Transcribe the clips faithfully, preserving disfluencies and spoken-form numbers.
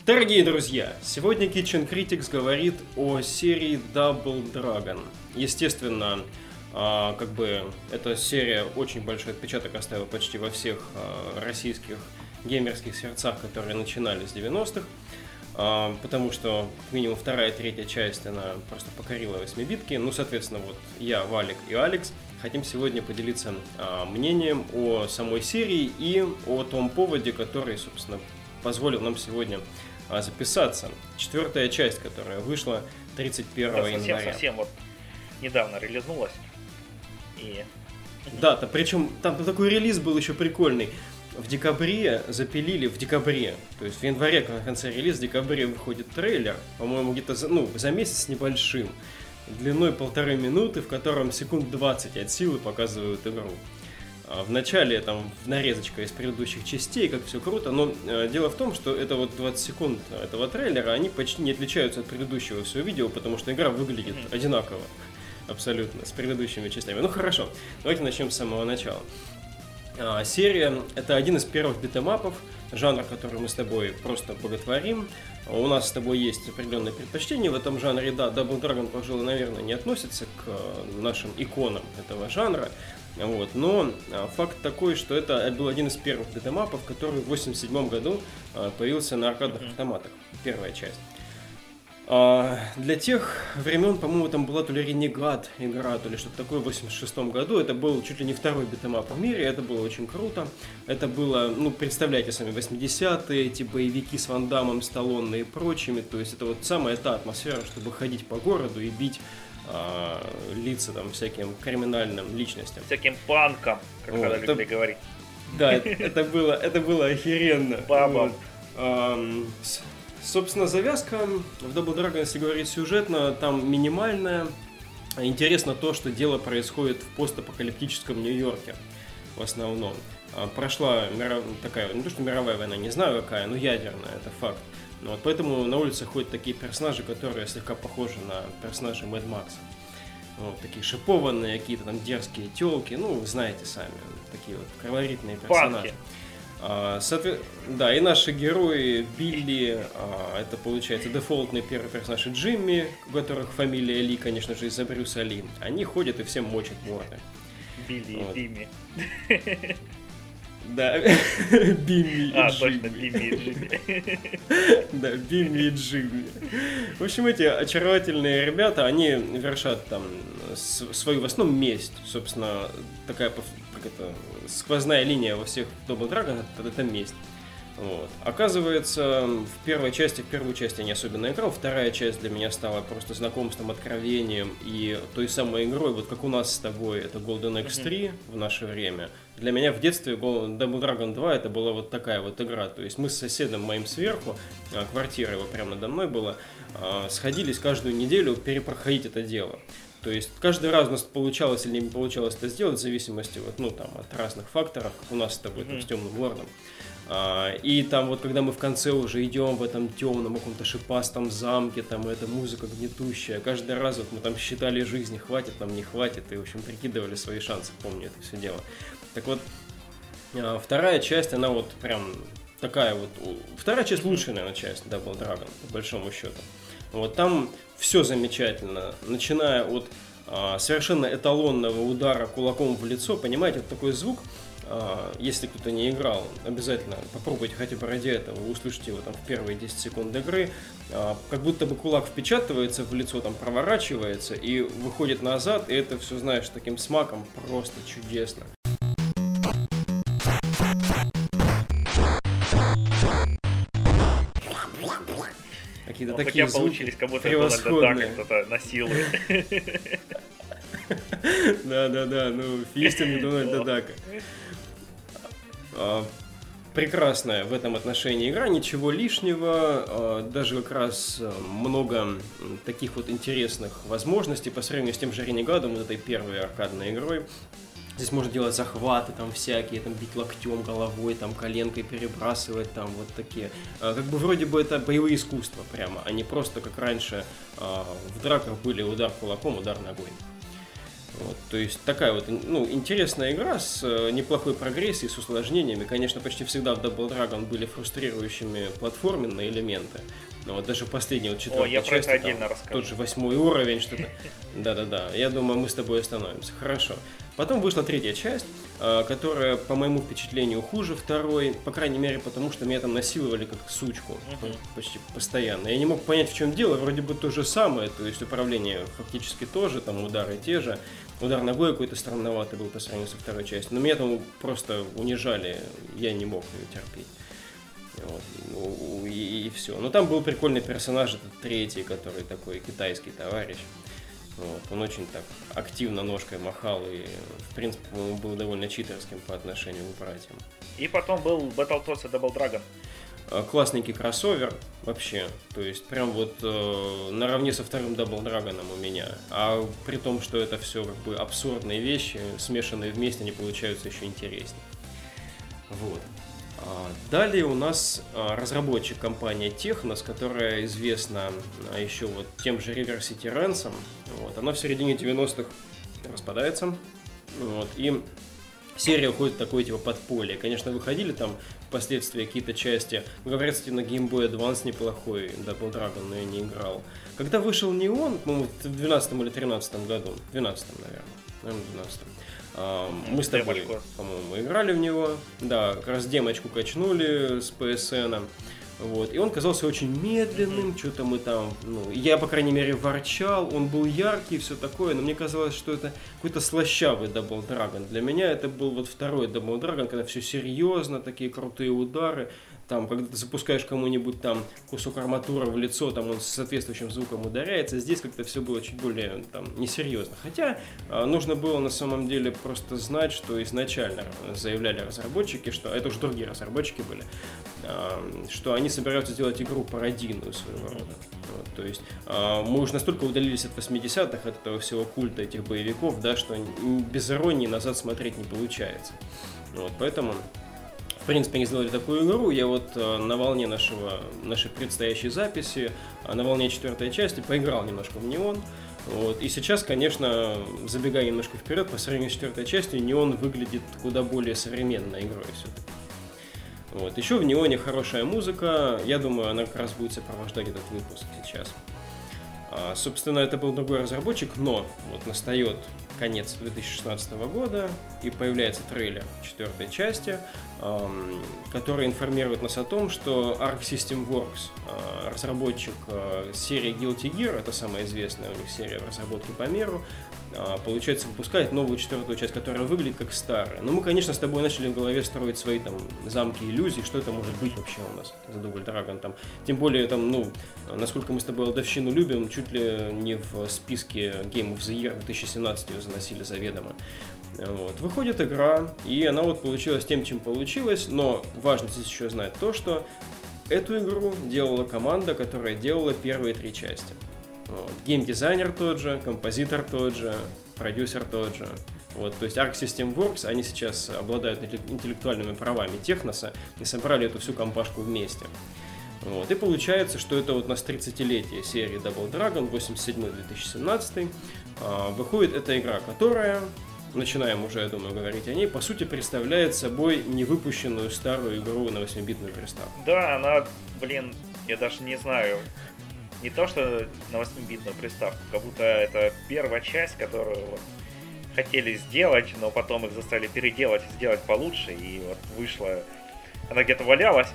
Дорогие друзья, сегодня Kitchen Critics говорит о серии Double Dragon. Естественно, как бы эта серия очень большой отпечаток оставила почти во всех российских геймерских сердцах, которые начинали с девяностых, потому что как минимум вторая и третья часть, она просто покорила восьмибитки. Ну, соответственно, вот я, Валик и Алекс хотим сегодня поделиться мнением о самой серии и о том поводе, который, собственно, позволил нам сегодня записаться. Четвертая часть, которая вышла тридцать первого января. Совсем-совсем вот недавно релизнулась. И... Да, -то, причем там такой релиз был еще прикольный. В декабре запилили, в декабре, то есть в январе в конце релиза, в декабре выходит трейлер, по-моему, где-то за, ну, за месяц с небольшим, длиной полторы минуты, в котором секунд двадцать от силы показывают игру. В начале там нарезочка из предыдущих частей, как все круто, но э, дело в том, что это вот двадцать секунд этого трейлера, они почти не отличаются от предыдущего всего видео, потому что игра выглядит mm-hmm. одинаково, абсолютно, с предыдущими частями. Ну хорошо, давайте начнем с самого начала. А, серия — это один из первых битэмапов, жанр, который мы с тобой просто боготворим. У нас с тобой есть определенные предпочтения в этом жанре. Да, Double Dragon, пожалуй, наверное, не относится к нашим иконам этого жанра. Вот. Но факт такой, что это был один из первых битэмапов, который в восемьдесят седьмом году появился на аркадных автоматах. Первая часть. Для тех времен, по-моему, там была то ли Ренегат игра, то ли что-то такое в восемьдесят шестом году. Это был чуть ли не второй битэмап в мире, это было очень круто. Это было, ну, представляете сами, восьмидесятые, эти боевики с Ван Даммом, Сталлоне и прочими. То есть это вот самая та атмосфера, чтобы ходить по городу и бить а, лица там всяким криминальным личностям. Всяким панкам, как вот, когда любили говорить. Да, это было, это было охеренно. Бабам. Собственно, завязка в Double Dragon, если говорить сюжетно, там минимальная. Интересно то, что дело происходит в постапокалиптическом Нью-Йорке в основном. Прошла миров... такая, не то что мировая война, не знаю какая, но ядерная, это факт. Вот, поэтому на улице ходят такие персонажи, которые слегка похожи на персонажей Мэд Макса. Вот, такие шипованные, какие-то там дерзкие тёлки, ну, вы знаете сами, такие вот колоритные персонажи. А, соответ... Да, и наши герои Билли, а, это получается дефолтный первый персонаж, и Джимми, у которых фамилия Ли, конечно же, из-за Брюса Ли. Они ходят и всем мочат морды. Билли вот. И Бимми. Да, Бимми и а, Джимми. точно, Бимми и Джимми. Да, Бимми и Джимми. В общем, эти очаровательные ребята, они вершат там свою в основном месть. Собственно, такая как это, сквозная линия во всех Double Dragon — это, это месть. Вот. Оказывается, в первой части, в первую часть я не особенно играл, вторая часть для меня стала просто знакомством, откровением и той самой игрой, вот как у нас с тобой, это Golden Axe три mm-hmm. в наше время. Для меня в детстве Double Dragon два это была вот такая вот игра, то есть мы с соседом моим сверху, квартира его прямо надо мной была, сходились каждую неделю перепроходить это дело. То есть каждый раз у нас получалось или не получалось это сделать в зависимости вот, ну, там, от разных факторов, как у нас с тобой mm-hmm. там, с Темным Лордом. А, и там вот когда мы в конце уже идем в этом темном каком-то шипастом замке, там эта музыка гнетущая, каждый раз вот мы там считали жизни, хватит нам, не хватит, и в общем прикидывали свои шансы, помню это все дело. Так вот, а, вторая часть, она вот прям такая вот, вторая часть лучшая, наверное, часть Double Dragon, по большому счету. Вот там все замечательно, начиная от а, совершенно эталонного удара кулаком в лицо, понимаете, вот такой звук. Если кто-то не играл, обязательно попробуйте хотя бы ради этого, вы услышите его там в первые десять секунд игры, как будто бы кулак впечатывается в лицо, там проворачивается и выходит назад, и это все, знаешь, таким смаком просто чудесно. Какие-то ну, такие звуки получились, как будто превосходные. Кто-то насилует. Да-да-да, ну, фистинг Дональда Дака. Прекрасная в этом отношении игра, ничего лишнего, даже как раз много таких вот интересных возможностей по сравнению с тем же Ренегадом, вот этой первой аркадной игрой. Здесь можно делать захваты там всякие, там бить локтем, головой, там коленкой перебрасывать, там вот такие. Как бы вроде бы это боевые искусства прямо, а не просто как раньше в драках были удар кулаком, удар ногой. Вот, то есть такая вот, ну, интересная игра с э, неплохой прогрессией, с усложнениями. Конечно, почти всегда в Double Dragon были фрустрирующими платформенные элементы. Но вот даже последний, вот четвертая О, я часть, про это отдельно расскажу. Тот же восьмой уровень, что-то. Да-да-да, я думаю, мы с тобой остановимся. Хорошо. Потом вышла третья часть, э, которая, по моему впечатлению, хуже второй. По крайней мере, потому что меня там насиловали как сучку uh-huh. почти постоянно. Я не мог понять, в чем дело. Вроде бы то же самое, то есть управление фактически тоже, там удары те же. Удар ногой какой-то странноватый был по сравнению со второй частью. Но меня там просто унижали, я не мог ее терпеть. Вот. Ну, и, и все. Но там был прикольный персонаж, этот третий, который такой китайский товарищ. Вот. Он очень так активно ножкой махал и, в принципе, он был довольно читерским по отношению к братьям. И потом был Battletoads и Double Dragon. Классненький кроссовер вообще, то есть прям вот э, наравне со вторым Double Dragon у меня, а при том, что это все как бы абсурдные вещи, смешанные вместе, они получаются еще интереснее. Вот. А далее у нас а, разработчик компания Technos, которая известна а, еще вот тем же River City Ransom. Вот. Она в середине девяностых распадается, вот, и серия уходит в такое типа подполье. Конечно, выходили там впоследствии какие-то части. Говорят, кстати, на Game Boy Advance неплохой Double Dragon, но я не играл. Когда вышел Neon, ну, в двенадцатом или тринадцатом году, в двенадцатом, наверное, наверное, в двенадцатом, мы с тобой, демочку. По-моему, играли в него. Да, как раз демочку качнули с пи эс эн. Вот. И он казался очень медленным, mm-hmm. что-то мы там, ну, я, по крайней мере, ворчал, он был яркий и все такое, но мне казалось, что это какой-то слащавый Double Dragon. Для меня это был вот второй Double Dragon, когда все серьезно, такие крутые удары. Там, когда ты запускаешь кому-нибудь там кусок арматуры в лицо, там он с соответствующим звуком ударяется. Здесь как-то все было чуть более там несерьезно. Хотя а, нужно было на самом деле просто знать, что изначально заявляли разработчики, что это уже другие разработчики были, а, что они собираются сделать игру пародийную своего рода. Вот, то есть а, мы уже настолько удалились от восьмидесятых, от этого всего культа этих боевиков, да, что без иронии назад смотреть не получается. Вот, поэтому в принципе, они сделали такую игру. Я вот э, на волне нашего, нашей предстоящей записи, э, на волне четвертой части поиграл немножко в Neon. Вот. И сейчас, конечно, забегая немножко вперед, по сравнению с четвертой частью, Neon выглядит куда более современной игрой все-таки. Вот. Еще в Неоне хорошая музыка. Я думаю, она как раз будет сопровождать этот выпуск сейчас. А, собственно, это был другой разработчик, но вот настает конец две тысячи шестнадцатого года, и появляется трейлер четвертой части, эм, который информирует нас о том, что Arc System Works, э, разработчик э, серии Guilty Gear, это самая известная у них серия в разработке по миру, э, получается, выпускает новую четвертую часть, которая выглядит как старая. Но мы, конечно, с тобой начали в голове строить свои там замки иллюзий, что это может быть вообще у нас за Double Dragon. Там. Тем более, там, ну, насколько мы с тобой Алдовщину любим, чуть ли не в списке Game of the Year две тысячи семнадцать ее заносили заведомо. Вот. Выходит игра, и она вот получилась тем, чем получилась, но важно здесь еще знать то, что эту игру делала команда, которая делала первые три части. Вот. Геймдизайнер тот же, композитор тот же, продюсер тот же. Вот, то есть Arc System Works, они сейчас обладают интеллектуальными правами Техноса и собрали эту всю компашку вместе. Вот. И получается, что это вот у нас тридцатилетие серии Double Dragon, восемьдесят седьмой - две тысячи семнадцатый, а, выходит эта игра, которая, начинаем уже, я думаю, говорить о ней, по сути представляет собой невыпущенную старую игру на восьмибитную приставку. Да, она, блин, я даже не знаю, не то что на восьмибитную приставку, как будто это первая часть, которую вот хотели сделать, но потом их заставили переделать и сделать получше, и вот вышла, она где-то валялась,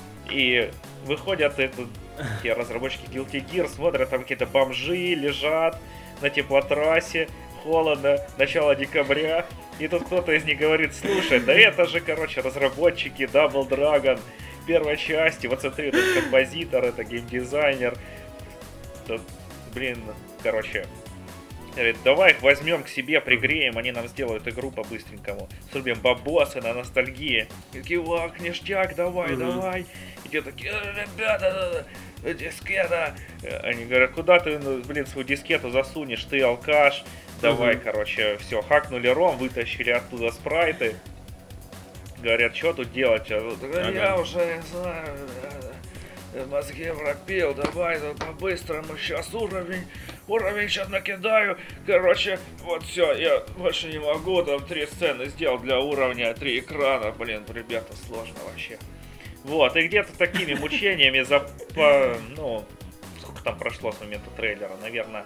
и выходят это, те разработчики Guilty Gear, смотрят, там какие-то бомжи лежат на теплотрассе, холодно, начало декабря, и тут кто-то из них говорит: слушай, да это же, короче, разработчики Double Dragon первой части, вот смотри, этот композитор, это геймдизайнер, тут, блин, короче, говорит, давай их возьмем к себе, пригреем, они нам сделают игру по-быстренькому, срубим бабосы на ностальгии. И такие: вак, ништяк, давай, mm-hmm. давай. И те такие: ребята, дискета. Они говорят: куда ты, блин, свою дискету засунешь, ты алкаш. Давай, mm-hmm. короче, все, хакнули ром, вытащили оттуда спрайты. Говорят: что тут делать? Я ага. уже мозги пропил, давай, ну, по-быстрому, сейчас уровень, уровень сейчас накидаю. Короче, вот все, я больше не могу, там три сцены сделал для уровня, три экрана, блин, ребята, сложно вообще. Вот, и где-то такими мучениями за, по, ну, сколько там прошло с момента трейлера, наверное,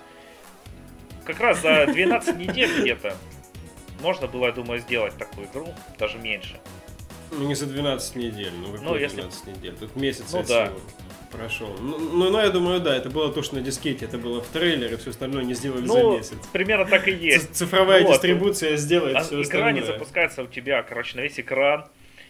как раз за двенадцать недель где-то можно было, я думаю, сделать такую игру, даже меньше. Ну, не за двенадцать недель, ну какой ну, если... двенадцать недель, тут месяц ну, да. прошел. Ну, ну, ну, я думаю, да, это было то, что на дискете, это было в трейлере, все остальное не сделали ну, за месяц. Примерно так и есть. Ц- цифровая вот. дистрибуция сделает а все игра остальное. Игра не запускается у тебя, короче, на весь экран.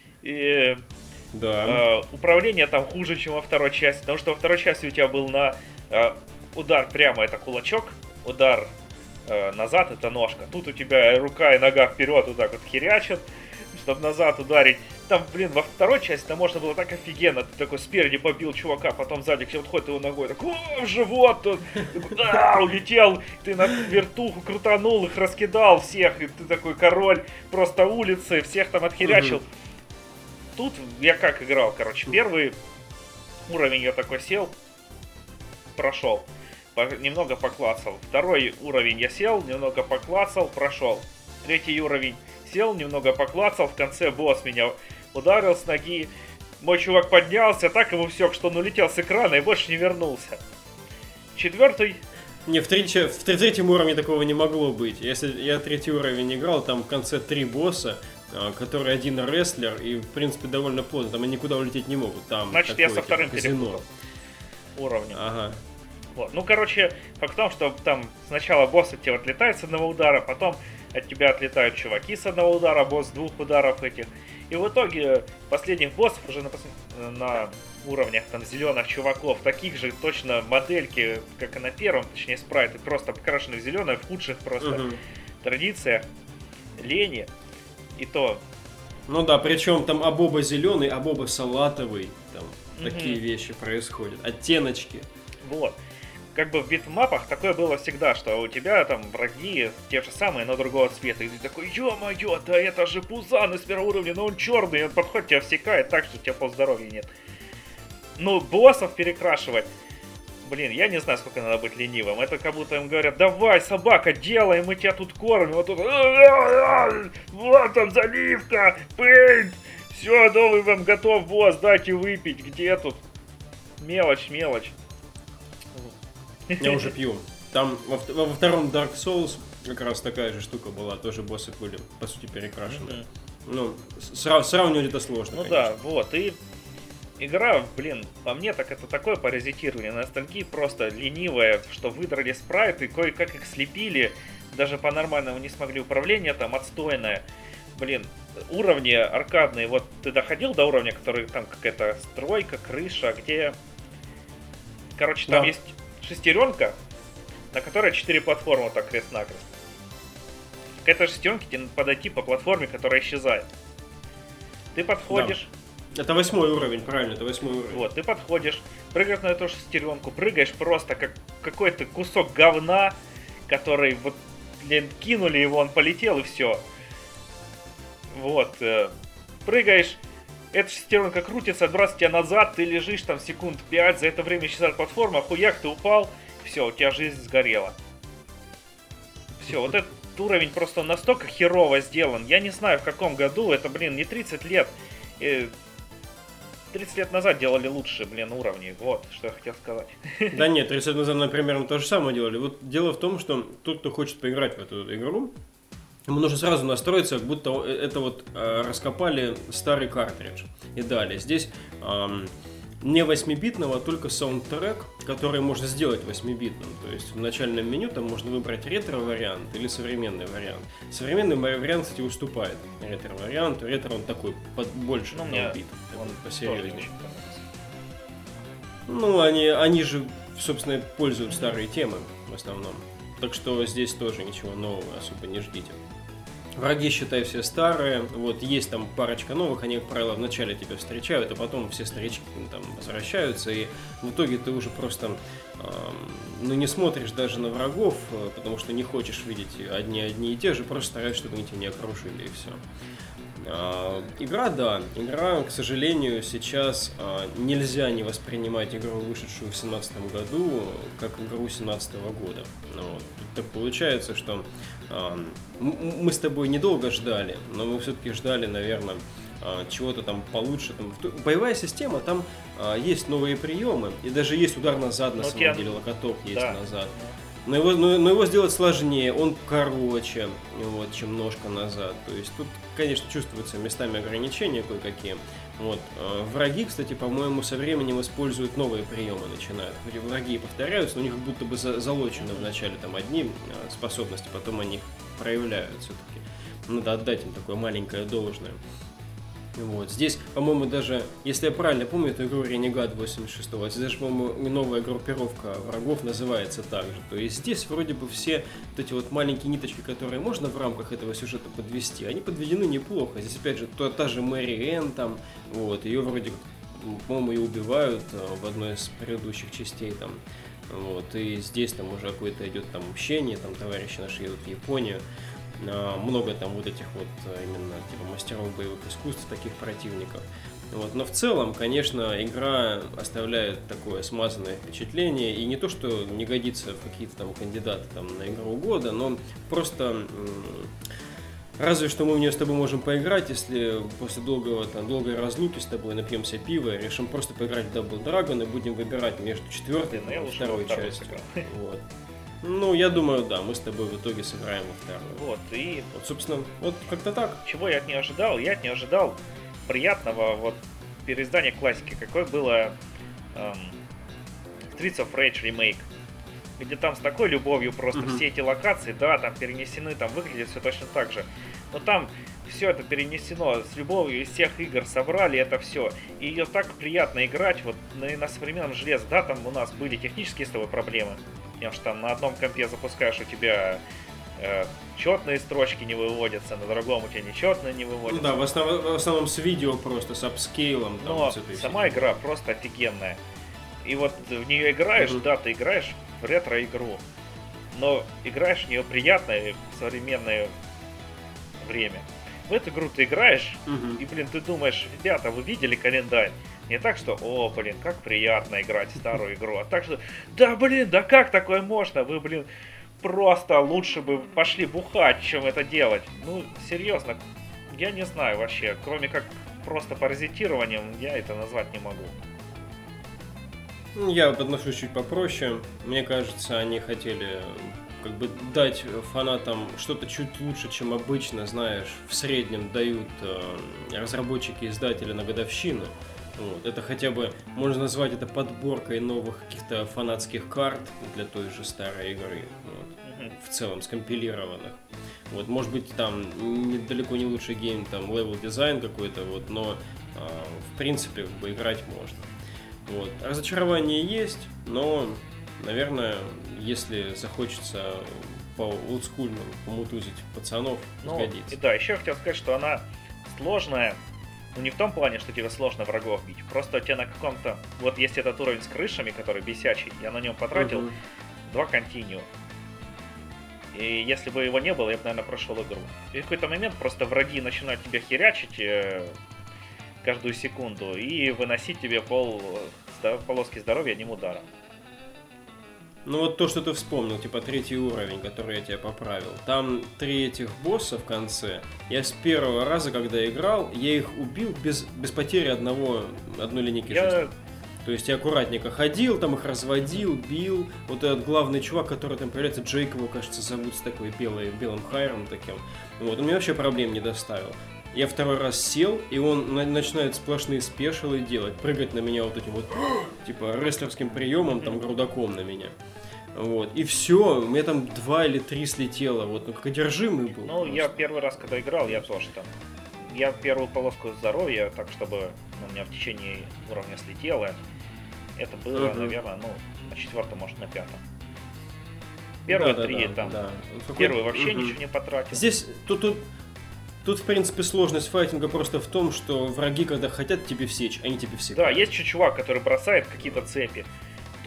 И да. э, управление там хуже, чем во второй части, потому что во второй части у тебя был на э, удар прямо это кулачок, удар э, назад это ножка. Тут у тебя рука и нога вперед вот так вот херячат, чтобы назад ударить. Там, блин, во второй части там можно было так офигенно. Ты такой спереди побил чувака, потом сзади к тебе подходит его ногой, такой, о, в живот, тут, а, улетел, ты на вертуху крутанул, их раскидал всех, и ты такой король просто улицы, всех там отхерячил. Угу. Тут я как играл, короче, первый уровень я такой сел, прошел, немного поклацал. Второй уровень я сел, немного поклацал, прошел. Третий уровень сел, немного поклацал, в конце босс меня ударил с ноги. Мой чувак поднялся, так ему все, что он улетел с экрана и больше не вернулся. Четвертый... Не, в, три, в третьем уровне такого не могло быть. Если я третий уровень играл, там в конце три босса, который один рестлер, и в принципе довольно поздно, там они никуда улететь не могут. Там значит, такое, я со вторым типа, перепутал уровнем. Ага. Вот. Ну, короче, факт в том, что там сначала босс от тебя отлетает с одного удара, потом от тебя отлетают чуваки с одного удара, босс с двух ударов этих. И в итоге последних боссов уже на, на уровнях там зеленых чуваков, таких же точно модельки, как и на первом, точнее спрайты, просто покрашены в зеленое, в худших просто uh-huh. традициях, лени. И то... Ну да, причем там Абоба зеленый, Абоба салатовый, там uh-huh. такие вещи происходят, оттеночки. Вот. Как бы в битмапах такое было всегда, что у тебя там враги те же самые, но другого цвета. И ты такой, ё-моё, да это же Пузан из первого уровня, но он черный, он подходит, тебя всекает так, что у тебя полздоровья нет. Ну, боссов перекрашивать, блин, я не знаю, сколько надо быть ленивым. Это как будто им говорят, давай, собака, делай, мы тебя тут кормим. Вот тут, вот там заливка, пыль, все, новый вам готов, босс, дайте выпить, где тут? Мелочь, мелочь. Я уже пью. Там во, во втором Dark Souls как раз такая же штука была, тоже боссы были, по сути, перекрашены. Mm-hmm. Ну, срав- сравнивать это сложно, ну конечно. Да, вот, и игра, блин, по мне так это такое паразитирование ностальгии, просто ленивое, что выдрали спрайты, кое-как их слепили, даже по-нормальному не смогли, управление там отстойное. Блин, уровни аркадные, вот ты доходил до уровня, который там какая-то стройка, крыша, где... Короче, там да. есть... шестеренка, на которой четыре платформы вот так крест-накрест. К этой шестеренке тебе надо подойти по платформе, которая исчезает. Ты подходишь... Да. Это восьмой уровень, правильно, это восьмой уровень. Вот, ты подходишь, прыгаешь на эту шестеренку, прыгаешь просто как какой-то кусок говна, который вот, блин, кинули его, он полетел и все. Вот, э, прыгаешь, эта шестеренка крутится, отбрасывает тебя назад, ты лежишь там секунд пять, за это время исчезает платформа, хуяк, ты упал, все, у тебя жизнь сгорела. Все, вот этот уровень просто настолько херово сделан, я не знаю в каком году, это, блин, не тридцать лет, тридцать лет назад делали лучше, блин, уровни, вот, что я хотел сказать. Да нет, тридцать лет назад, например, то же самое делали. Вот дело в том, что тот, кто хочет поиграть в эту игру, ему нужно сразу настроиться, как будто это вот э, раскопали старый картридж. И далее. Здесь э, не восьмибитного, а только саундтрек, который можно сделать восьмибитным. То есть в начальном меню там можно выбрать ретро-вариант или современный вариант. Современный вариант, кстати, уступает ретро-варианту. Ретро он такой под, больше ну, бит, он посерьезнее. Ну, они, они же, собственно, пользуют старые темы в основном. Так что здесь тоже ничего нового особо не ждите. Враги, считай, все старые. Вот есть там парочка новых, они, как правило, вначале тебя встречают, а потом все старички там возвращаются, и в итоге ты уже просто ну, не смотришь даже на врагов, потому что не хочешь видеть одни одни и те же, просто стараешься, чтобы они тебя не окружили, и все. Игра, да, игра, к сожалению, сейчас нельзя не воспринимать игру, вышедшую в две тысячи семнадцатом году, как игру две тысячи семнадцатого года. Вот. Так получается, что мы с тобой недолго ждали, но мы все-таки ждали, наверное, чего-то там получше. Там, боевая система, там а, есть новые приемы, и даже есть удар назад, на но самом я... деле, локоток есть да. назад. Но его, но, но его сделать сложнее, он короче, вот, чем ножка назад. То есть тут, конечно, чувствуются местами ограничения кое-какие. Вот. Враги, кстати, по-моему, со временем используют новые приемы, начинают. Хотя враги повторяются, но у них будто бы залочены вначале там одни способности, потом они их проявляют все-таки. Надо отдать им такое маленькое должное. Вот. Здесь, по-моему, даже, если я правильно помню, эту игру Renegade восемьдесят шестого, здесь даже, по-моему, новая группировка врагов называется так же. То есть здесь вроде бы все вот эти вот маленькие ниточки, которые можно в рамках этого сюжета подвести, они подведены неплохо. Здесь, опять же, та, та же Мэри Энн там, вот, ее вроде, по-моему, и убивают в одной из предыдущих частей там. Вот, и здесь там уже какое-то идет там общение, там товарищи наши едут в Японию. Много там вот этих вот именно типа мастеров боевых искусств, таких противников. Вот. Но в целом, конечно, игра оставляет такое смазанное впечатление. И не то, что не годится в какие-то там кандидаты там, на игру года, но просто разве что мы в нее с тобой можем поиграть, если после долгого, там, долгой разлуки с тобой напьемся пива, решим просто поиграть в Double Dragon и будем выбирать между четвертой и второй частью. Вот. Ну, я думаю, да, мы с тобой в итоге сыграем во вторую. Вот, и... Вот, собственно, вот как-то так. Чего я от нее ожидал? Я от нее ожидал приятного вот переиздания классики, какое было эм, Streets of Rage Remake, где там с такой любовью просто mm-hmm. все эти локации, да, там перенесены, там выглядит все точно так же, но там все это перенесено с любовью, из всех игр собрали это все, и ее так приятно играть вот на, на современном железе, да, там у нас были технические с тобой проблемы, потому что там на одном компе запускаешь, у тебя э, четные строчки не выводятся, на другом у тебя нечетные не выводятся. Ну да, в основном, в основном с видео просто, с апскейлом. Там, но с этой сама фигней. Игра просто офигенная. И вот в нее играешь, uh-huh. да, ты играешь в ретро-игру, но играешь в нее приятное в современное время. В эту игру ты играешь, uh-huh. и, блин, ты думаешь, ребята, вы видели календарь? Не так, что, о, блин, как приятно играть в старую игру, а так, что, да, блин, да как такое можно? Вы, блин, просто лучше бы пошли бухать, чем это делать. Ну, серьезно, я не знаю вообще, кроме как просто паразитированием, я это назвать не могу. Я отношусь чуть попроще. Мне кажется, они хотели как бы дать фанатам что-то чуть лучше, чем обычно, знаешь, в среднем дают э, разработчики и издатели на годовщину. Вот. Это хотя бы, можно назвать это подборкой новых каких-то фанатских карт для той же старой игры. Вот. Mm-hmm. В целом, скомпилированных. Вот, может быть, там не, далеко не лучший гейм, там, левел-дизайн какой-то, вот, но э, в принципе как бы играть можно. Вот. Разочарование есть, но, наверное, если захочется по олдскульному помутузить пацанов, ну, сгодится. И да, еще я хотел сказать, что она сложная, ну не в том плане, что тебе сложно врагов бить, просто у тебя на каком-то, вот есть этот уровень с крышами, который бесячий, я на нем потратил uh-huh. два континью. И если бы его не было, я бы, наверное, прошел игру. И в какой-то момент просто враги начинают тебя херячить э, каждую секунду и выносить тебе пол полоски здоровья одним ударом. Ну вот то, что ты вспомнил, типа третий уровень, который я тебя поправил. Там три этих босса в конце. Я с первого раза, когда играл, я их убил без, без потери одного, одной линейки я... жизни. То есть я аккуратненько ходил, там их разводил, бил. Вот этот главный чувак, который там появляется, Джейк его, кажется, зовут, с такой белой, белым хайром таким. Вот, он мне вообще проблем не доставил. Я второй раз сел, и он на- начинает сплошные спешилы делать, прыгать на меня вот этим вот, типа, рестлерским приемом, там, грудаком на меня. Вот, и все, у меня там два или три слетело, вот, ну, как одержимый был. Ну, просто. Я первый раз, когда играл, я тоже там, я первую полоску здоровья, так, чтобы у меня в течение уровня слетело, это было, uh-huh. наверное, ну, на четвертом, может, на пятом. Первые да, три, да, там, да. Первый вообще uh-huh. ничего не потратил. Здесь, тут, тут, тут, в принципе, сложность файтинга просто в том, что враги, когда хотят тебе всечь, они тебе всегда. Да, есть еще чувак, который бросает какие-то цепи.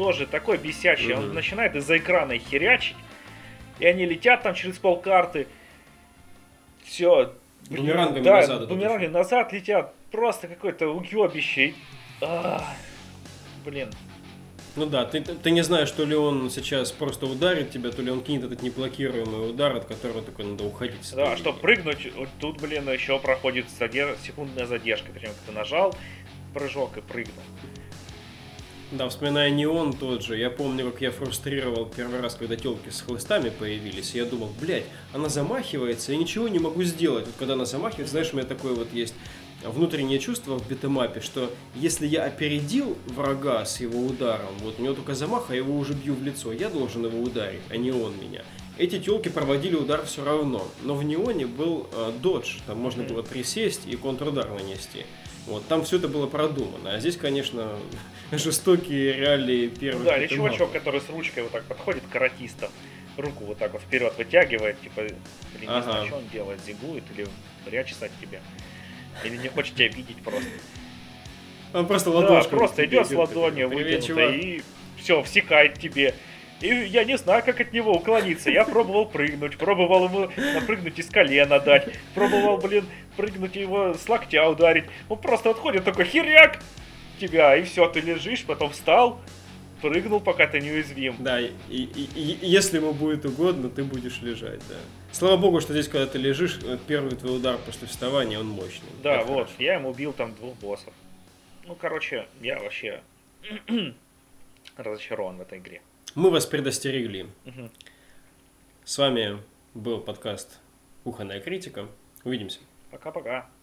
тоже такой бесячий. Мгм. Он начинает из-за экрана их херячить, и они летят там через полкарты. Все. Бумерангами да, назад идут бумеранги еще. назад летят. Просто какой-то уебище. Ах, блин. Ну да, ты, ты не знаешь, то ли он сейчас просто ударит тебя, то ли он кинет этот неблокируемый удар, от которого только надо уходить. с Да, этой чтобы линии. прыгнуть, вот тут, блин, еще проходит задер- секундная задержка. Прям как ты нажал прыжок и прыгнул. Да, вспоминая Неон тот же, я помню, как я фрустрировал первый раз, когда телки с хлыстами появились, и я думал, блядь, она замахивается, я ничего не могу сделать. Вот когда она замахивается, знаешь, у меня такое вот есть внутреннее чувство в битэмапе, что если я опередил врага с его ударом, вот у него только замах, а я его уже бью в лицо, я должен его ударить, а не он меня. Эти телки проводили удар все равно, но в Неоне был э, додж, там можно было присесть и контрудар нанести. Вот, там все это было продумано. А здесь, конечно, жестокие реалии первых. Да, или битэмапов. чувачок, который с ручкой вот так подходит к каратистам, руку вот так вот вперед вытягивает, типа, блин, не Ага. знаю, что он делает, зигует или прячется от тебя. Или не хочет тебя видеть просто. Он просто Да, ладошкой. просто к тебе идет с идет такой, ладонью «Привет, вытянутой и все, всекает тебе. И я не знаю, как от него уклониться. Я пробовал прыгнуть, пробовал ему напрыгнуть из колена дать, пробовал, блин, прыгнуть его с локтя ударить. Он просто отходит такой херяк тебя, и все, ты лежишь, потом встал, прыгнул, пока ты неуязвим. Да, и, и- и- и если ему будет угодно, ты будешь лежать, да. Слава богу, что здесь, когда ты лежишь, первый твой удар после вставания, он мощный. Да, Это вот, хорошо. я ему убил там двух боссов. Ну, короче, я вообще разочарован в этой игре. Мы вас предостерегли. Мгм. С вами был подкаст «Кухонная критика». Увидимся. Пока-пока.